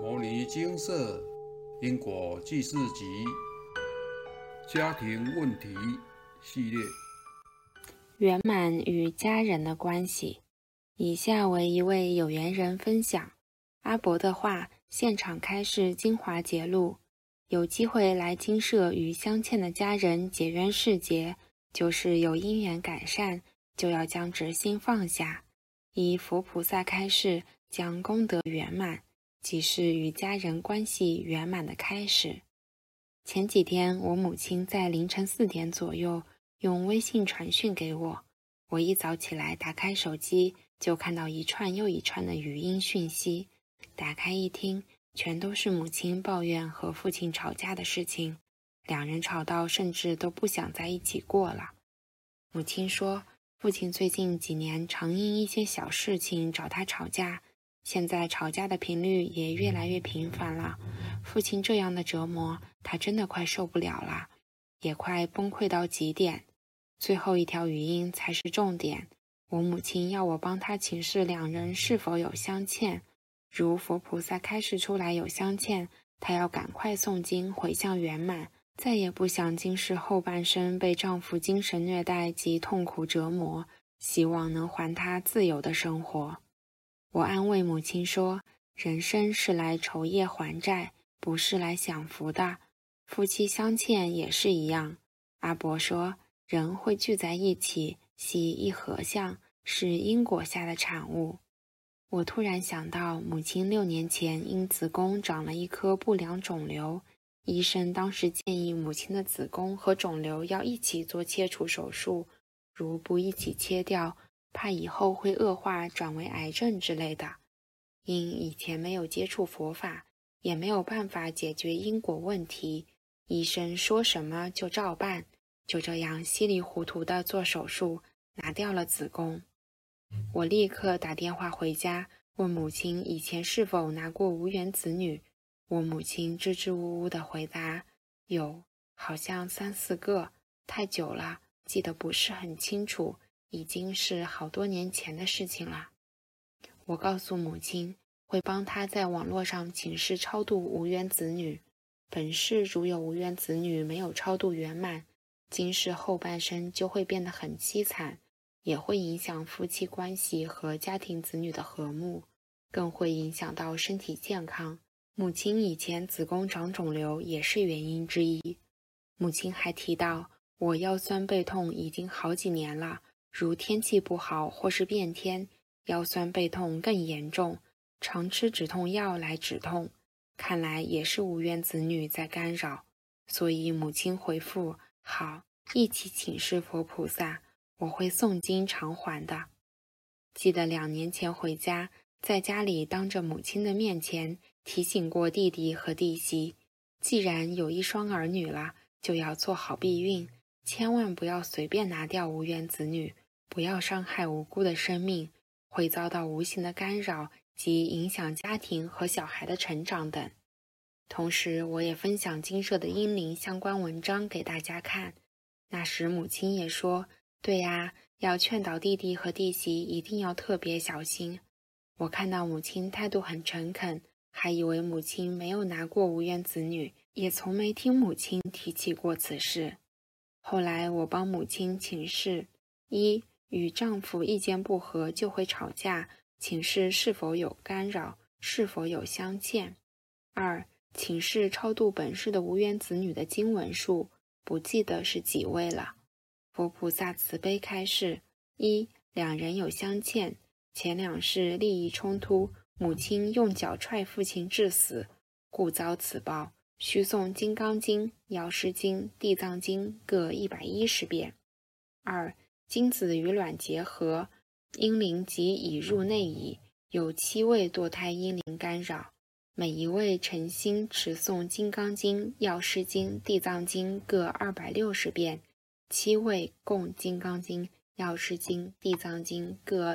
摩尼精舍因果记事集家庭问题系列。 圆满与家人的关系。以下为一位有缘人分享阿伯的话，现场开示精华节录。有机会来精舍与相欠的家人结缘释结，就是有因缘改善，就要将执心放下，以佛菩萨开示，将功德圆满，即是与家人关系圆满的开始。前几天我母亲在凌晨4点左右用微信传讯给我，我一早起来打开手机，就看到一串又一串的语音讯息，打开一听，全都是母亲抱怨和父亲吵架的事情，两人吵到甚至都不想在一起过了。母亲说，父亲最近几年常因一些小事情找他吵架，现在吵架的频率也越来越频繁了。父亲这样的折磨，他真的快受不了了，也快崩溃到极点。最后一条语音才是重点，我母亲要我帮他请示两人是否有相欠，如佛菩萨开示出来有相欠，她要赶快诵经回向圆满，再也不想今世后半生被丈夫精神虐待及痛苦折磨，希望能还她自由的生活。我安慰母亲说，人生是来酬业还债，不是来享福的，夫妻相欠也是一样。阿伯说，人会聚在一起，系一合相，是因果下的产物。我突然想到，母亲6年前因子宫长了一颗不良肿瘤，医生当时建议母亲的子宫和肿瘤要一起做切除手术，如不一起切掉，怕以后会恶化转为癌症之类的。因以前没有接触佛法，也没有办法解决因果问题，医生说什么就照办，就这样稀里糊涂地做手术，拿掉了子宫。我立刻打电话回家，问母亲以前是否拿过无缘子女。我母亲支支吾吾地回答，有，好像3、4个，太久了，记得不是很清楚，已经是好多年前的事情了。我告诉母亲，会帮她在网络上请示超度无缘子女，本世如有无缘子女没有超度圆满，今世后半生就会变得很凄惨，也会影响夫妻关系和家庭子女的和睦，更会影响到身体健康。母亲以前子宫长肿瘤也是原因之一。母亲还提到，我腰酸背痛已经好几年了，如天气不好或是变天，腰酸背痛更严重，常吃止痛药来止痛，看来也是无缘子女在干扰。所以母亲回复，好，一起请示佛菩萨，我会诵经偿还的。记得2年前回家，在家里当着母亲的面前提醒过弟弟和弟媳，既然有一双儿女了，就要做好避孕，千万不要随便拿掉无缘子女，不要伤害无辜的生命，会遭到无形的干扰及影响家庭和小孩的成长等。同时我也分享精舍的阴灵相关文章给大家看，那时母亲也说，对呀，要劝导弟弟和弟媳一定要特别小心。我看到母亲态度很诚恳，还以为母亲没有拿过无缘子女，也从没听母亲提起过此事。后来我帮母亲请示，一，与丈夫意见不合就会吵架，请示是否有干扰，是否有相欠。2，请示超度本世的无缘子女的经文数，不记得是几位了。佛菩萨慈悲开示，一，两人有相欠，前2世利益冲突，母亲用脚踹父亲致死，故遭此报，须诵金刚经、药师经、地藏经各110遍。2，精子与卵结合，阴灵即已入内矣，有7位堕胎阴灵干扰，每一位诚心持诵金刚经、药师经、地藏经各260遍，7位共金刚经、药师经、地藏经各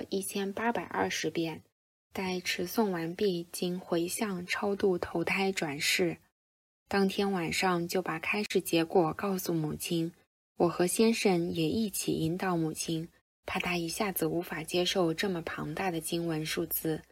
1820遍。待持诵完毕，经回向超度投胎转世。当天晚上就把开示结果告诉母亲，我和先生也一起引导母亲，怕她一下子无法接受这么庞大的经文数字。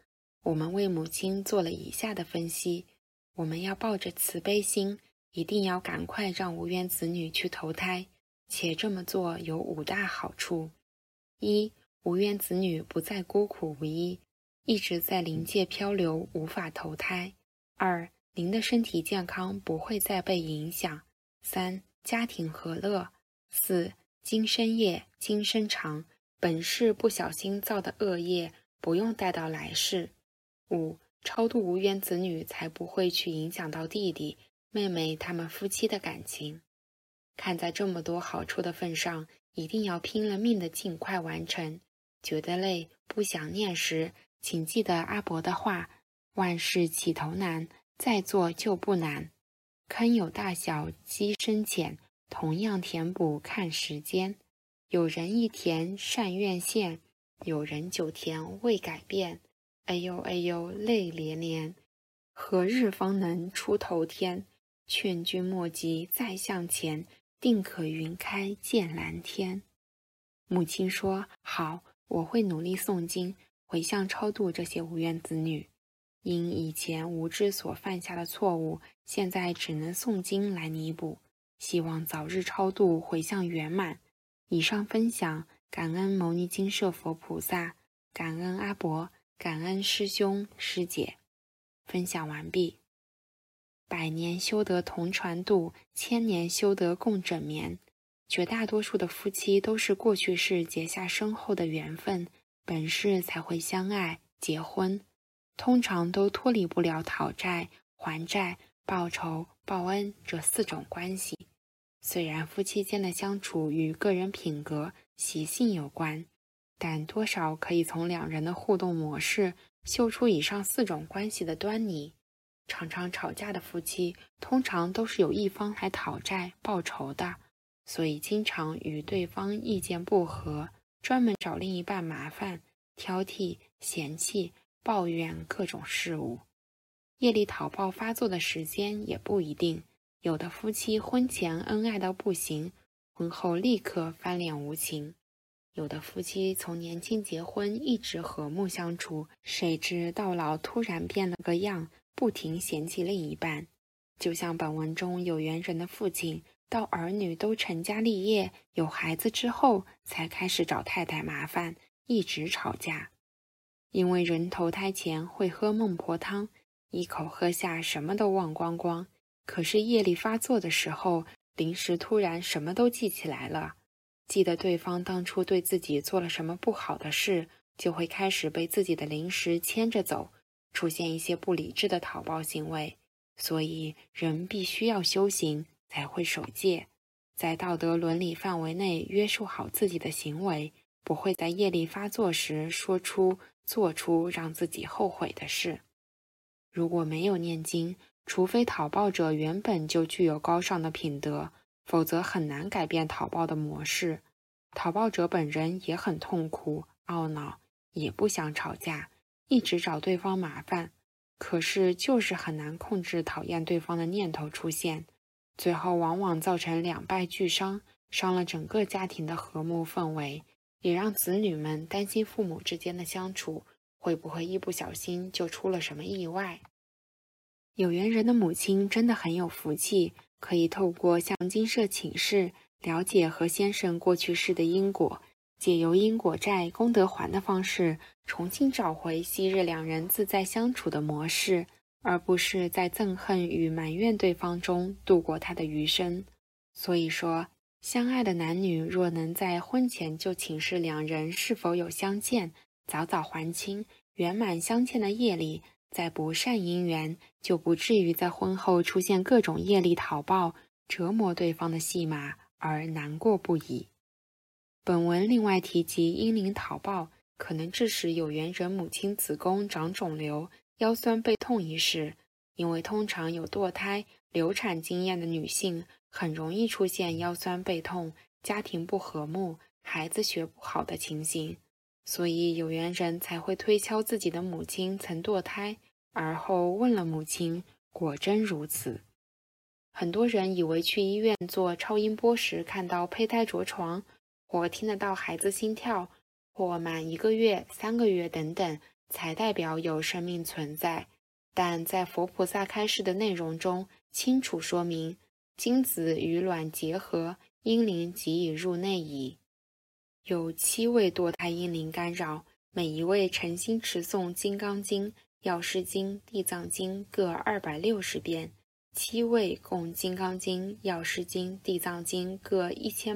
我们为母亲做了以下的分析：我们要抱着慈悲心，一定要赶快让无缘子女去投胎，且这么做有5大好处。一、无缘子女不再孤苦无依，一直在灵界漂流，无法投胎。2、您的身体健康不会再被影响。3、家庭和乐。4、今生业，今生偿，本世不小心造的恶业，不用带到来世。5、超度无缘子女才不会去影响到弟弟、妹妹他们夫妻的感情。看在这么多好处的份上，一定要拼了命的尽快完成。觉得累、不想念时，请记得阿伯的话：万事起头难，再做就不难。坑有大小，鸡深浅，同样填补看时间。有人一填善愿现，有人9填未改变。哎呦哎呦，泪连连，何日方能出头天？劝君莫急再向前，定可云开见蓝天。母亲说：好，我会努力诵经，回向超度这些无缘子女。因以前无知所犯下的错误，现在只能诵经来弥补，希望早日超度回向圆满。以上分享，感恩牟尼精舍佛菩萨，感恩阿伯，感恩师兄师姐。分享完毕。100年修得同船渡，1000年修得共枕眠。绝大多数的夫妻都是过去世结下深厚的缘分，本世才会相爱结婚，通常都脱离不了讨债、还债、报仇、报恩这4种关系。虽然夫妻间的相处与个人品格、习性有关，但多少可以从2人的互动模式嗅出以上4种关系的端倪。常常吵架的夫妻，通常都是有一方来讨债报仇的，所以经常与对方意见不合，专门找另一半麻烦，挑剔、嫌弃、抱怨各种事物。业力讨报发作的时间也不一定，有的夫妻婚前恩爱到不行，婚后立刻翻脸无情；有的夫妻从年轻结婚一直和睦相处，谁知到老突然变了个样，不停嫌弃另一半。就像本文中有缘人的父亲，到儿女都成家立业有孩子之后，才开始找太太麻烦，一直吵架。因为人投胎前会喝孟婆汤，一口喝下什么都忘光光，可是业力发作的时候，临时突然什么都记起来了，记得对方当初对自己做了什么不好的事，就会开始被自己的灵识牵着走，出现一些不理智的讨报行为。所以人必须要修行，才会守戒，在道德伦理范围内约束好自己的行为，不会在业力发作时说出做出让自己后悔的事。如果没有念经，除非讨报者原本就具有高尚的品德，否则很难改变讨报的模式。讨报者本人也很痛苦、懊恼，也不想吵架，一直找对方麻烦，可是就是很难控制讨厌对方的念头出现，最后往往造成两败俱伤，伤了整个家庭的和睦氛围，也让子女们担心父母之间的相处会不会一不小心就出了什么意外。有缘人的母亲真的很有福气，可以透过向精舍请示，了解和先生过去世的因果，借由因果债功德还的方式，重新找回昔日两人自在相处的模式，而不是在憎恨与埋怨对方中度过他的余生。所以说，相爱的男女若能在婚前就请示两人是否有相见，早早还清，圆满相欠的业力，再不善姻缘，就不至于在婚后出现各种业力讨报、折磨对方的戏码而难过不已。本文另外提及阴灵讨报可能致使有缘人母亲子宫长肿瘤、腰酸背痛一事，因为通常有堕胎、流产经验的女性很容易出现腰酸背痛、家庭不和睦、孩子学不好的情形，所以有缘人才会推敲自己的母亲曾堕胎，而后问了母亲，果真如此。很多人以为去医院做超音波时看到胚胎着床，或听得到孩子心跳，或满1个月、3个月等等， 才代表有生命存在。但在佛菩萨开示的内容中，清楚说明精子与卵结合，婴灵即已入内矣。有7位堕胎婴灵干扰，每一位诚心持诵《金刚经》《药师经》《地藏经》各260遍，7位共《金刚经》《药师经》《地藏经》各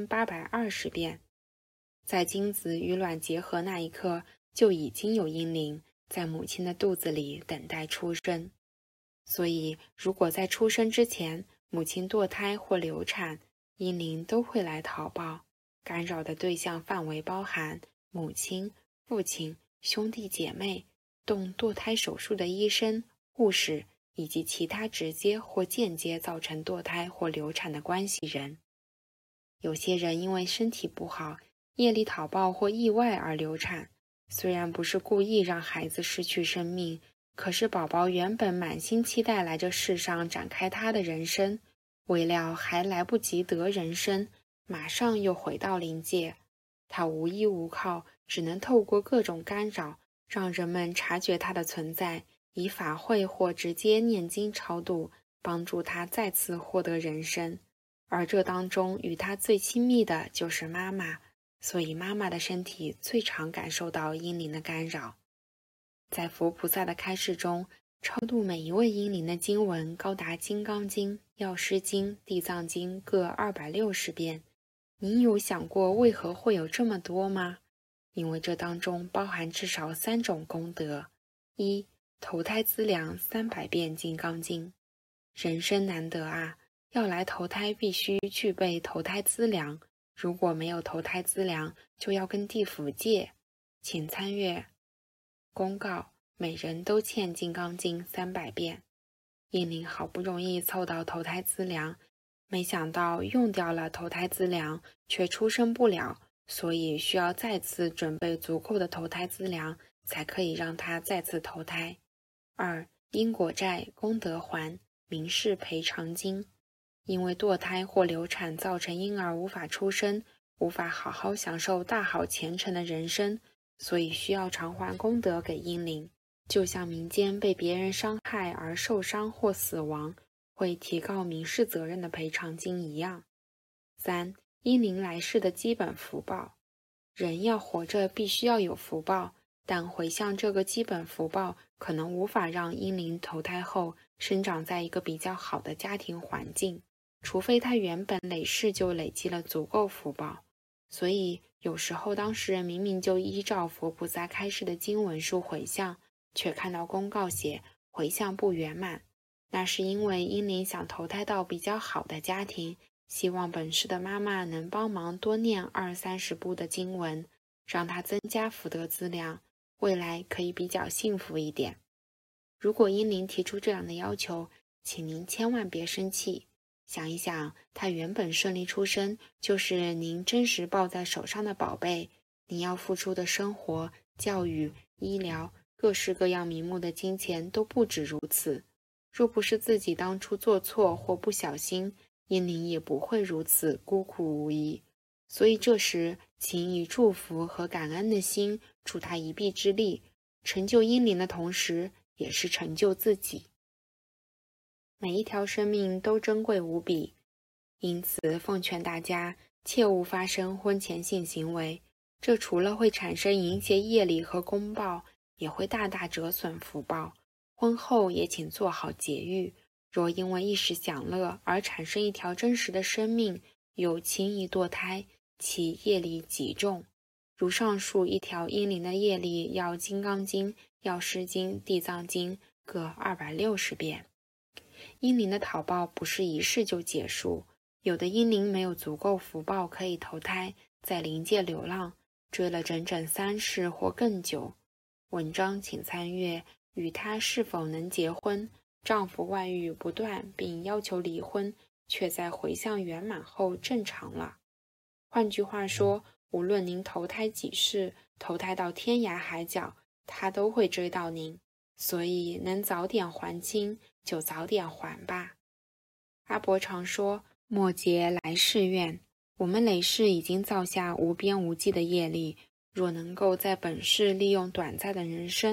1820遍。在精子与卵结合那一刻，就已经有婴灵在母亲的肚子里等待出生。所以，如果在出生之前，母亲堕胎或流产，婴灵都会来讨报。干扰的对象范围包含母亲、父亲、兄弟姐妹、动堕胎手术的医生、护士，以及其他直接或间接造成堕胎或流产的关系人。有些人因为身体不好，业力讨报或意外而流产，虽然不是故意让孩子失去生命，可是宝宝原本满心期待来这世上展开他的人生，未料还来不及得人生，马上又回到灵界。他无依无靠，只能透过各种干扰，让人们察觉他的存在，以法会或直接念经超度，帮助他再次获得人生。而这当中与他最亲密的就是妈妈，所以妈妈的身体最常感受到婴灵的干扰。在佛菩萨的开示中，超度每一位婴灵的经文高达《金刚经》《药师经》《地藏经》各260遍。您有想过为何会有这么多吗？因为这当中包含至少3种功德。1. 投胎资粮300遍《金刚经》。人生难得啊，要来投胎必须具备投胎资粮，如果没有投胎资粮，就要跟地府借。请参阅公告，每人都欠《金刚经》300遍。婴灵好不容易凑到投胎资粮，没想到用掉了投胎资粮，却出生不了，所以需要再次准备足够的投胎资粮，才可以让他再次投胎。2. 因果债功德还，民事赔偿金。因为堕胎或流产造成婴儿无法出生，无法好好享受大好前程的人生，所以需要偿还功德给婴灵，就像民间被别人伤害而受伤或死亡，会提告民事责任的赔偿金一样。3. 婴灵来世的基本福报。人要活着必须要有福报，但回向这个基本福报可能无法让婴灵投胎后生长在一个比较好的家庭环境，除非他原本累世就累积了足够福报。所以有时候当事人明明就依照佛菩萨开示的经文数回向，却看到公告写回向不圆满，那是因为婴灵想投胎到比较好的家庭，希望本世的妈妈能帮忙多念20-30部的经文，让他增加福德资粮，未来可以比较幸福一点。如果婴灵提出这样的要求，请您千万别生气。想一想，他原本顺利出生，就是您真实抱在手上的宝贝，您要付出的生活、教育、医疗、各式各样名目的金钱都不止如此。若不是自己当初做错或不小心，婴灵也不会如此孤苦无依。所以这时，请以祝福和感恩的心，助他一臂之力，成就婴灵的同时，也是成就自己。每一条生命都珍贵无比，因此奉劝大家切勿发生婚前性行为，这除了会产生淫邪业力和公报，也会大大折损福报。婚后也请做好节育，若因为一时享乐而产生一条真实的生命，有轻易堕胎，其业力极重。如上述一条婴灵的业力要《金刚经》《药师经》《地藏经》各260遍。婴灵的讨报不是一世就结束，有的婴灵没有足够福报可以投胎，在灵界流浪，追了整整3世或更久。文章请参阅与他是否能结婚，丈夫外遇不断并要求离婚，却在回向圆满后正常了。换句话说，无论您投胎几世，投胎到天涯海角，他都会追到您，所以能早点还清就早点还吧。阿伯常说，莫结来世愿，我们累世已经造下无边无际的业力，若能够在本世利用短暂的人生，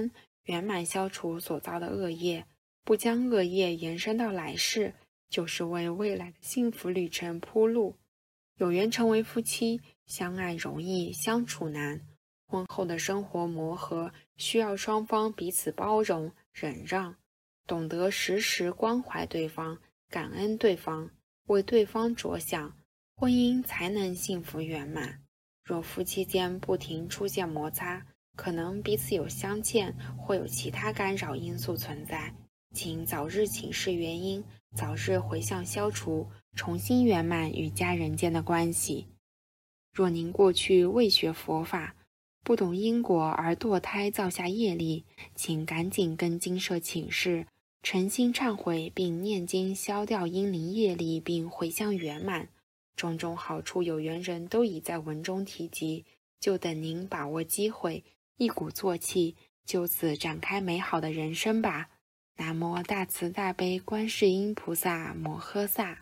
圆满消除所造的恶业，不将恶业延伸到来世，就是为未来的幸福旅程铺路。有缘成为夫妻，相爱容易，相处难。婚后的生活磨合，需要双方彼此包容、忍让，懂得时时关怀对方，感恩对方，为对方着想，婚姻才能幸福圆满。若夫妻间不停出现摩擦，可能彼此有相欠或有其他干扰因素存在，请早日请示原因，早日回向消除，重新圆满与家人间的关系。若您过去未学佛法，不懂因果而堕胎造下业力，请赶紧跟精舍请示，诚心忏悔并念经消掉阴灵业力，并回向圆满。种种好处有缘人都已在文中提及，就等您把握机会，一鼓作气，就此展开美好的人生吧。南无大慈大悲观世音菩萨摩诃萨。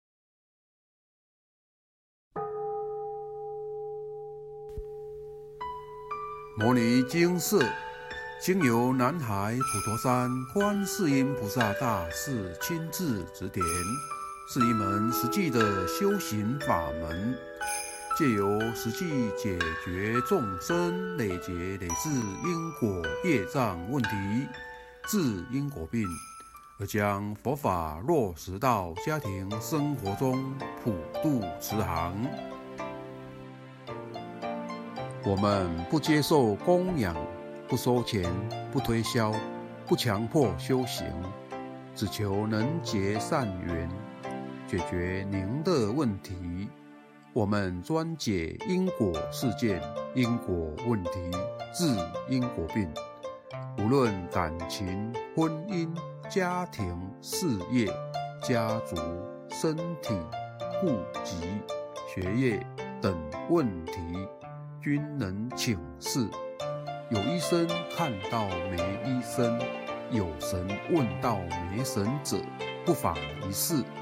摩尼精舍经由南海普陀山观世音菩萨大士亲自指点，是一门实际的修行法门，借由实际解决众生累劫累世因果业障问题，治因果病，而将佛法落实到家庭生活中，普度慈航。我们不接受供养，不收钱，不推销，不强迫修行，只求能结善缘，解决您的问题。我们专解因果事件、因果问题，治因果病。无论感情、婚姻、家庭、事业、家族、身体、户籍、学业等问题，均能请示。有医生看到没医生，有神问到没神者，不妨一试。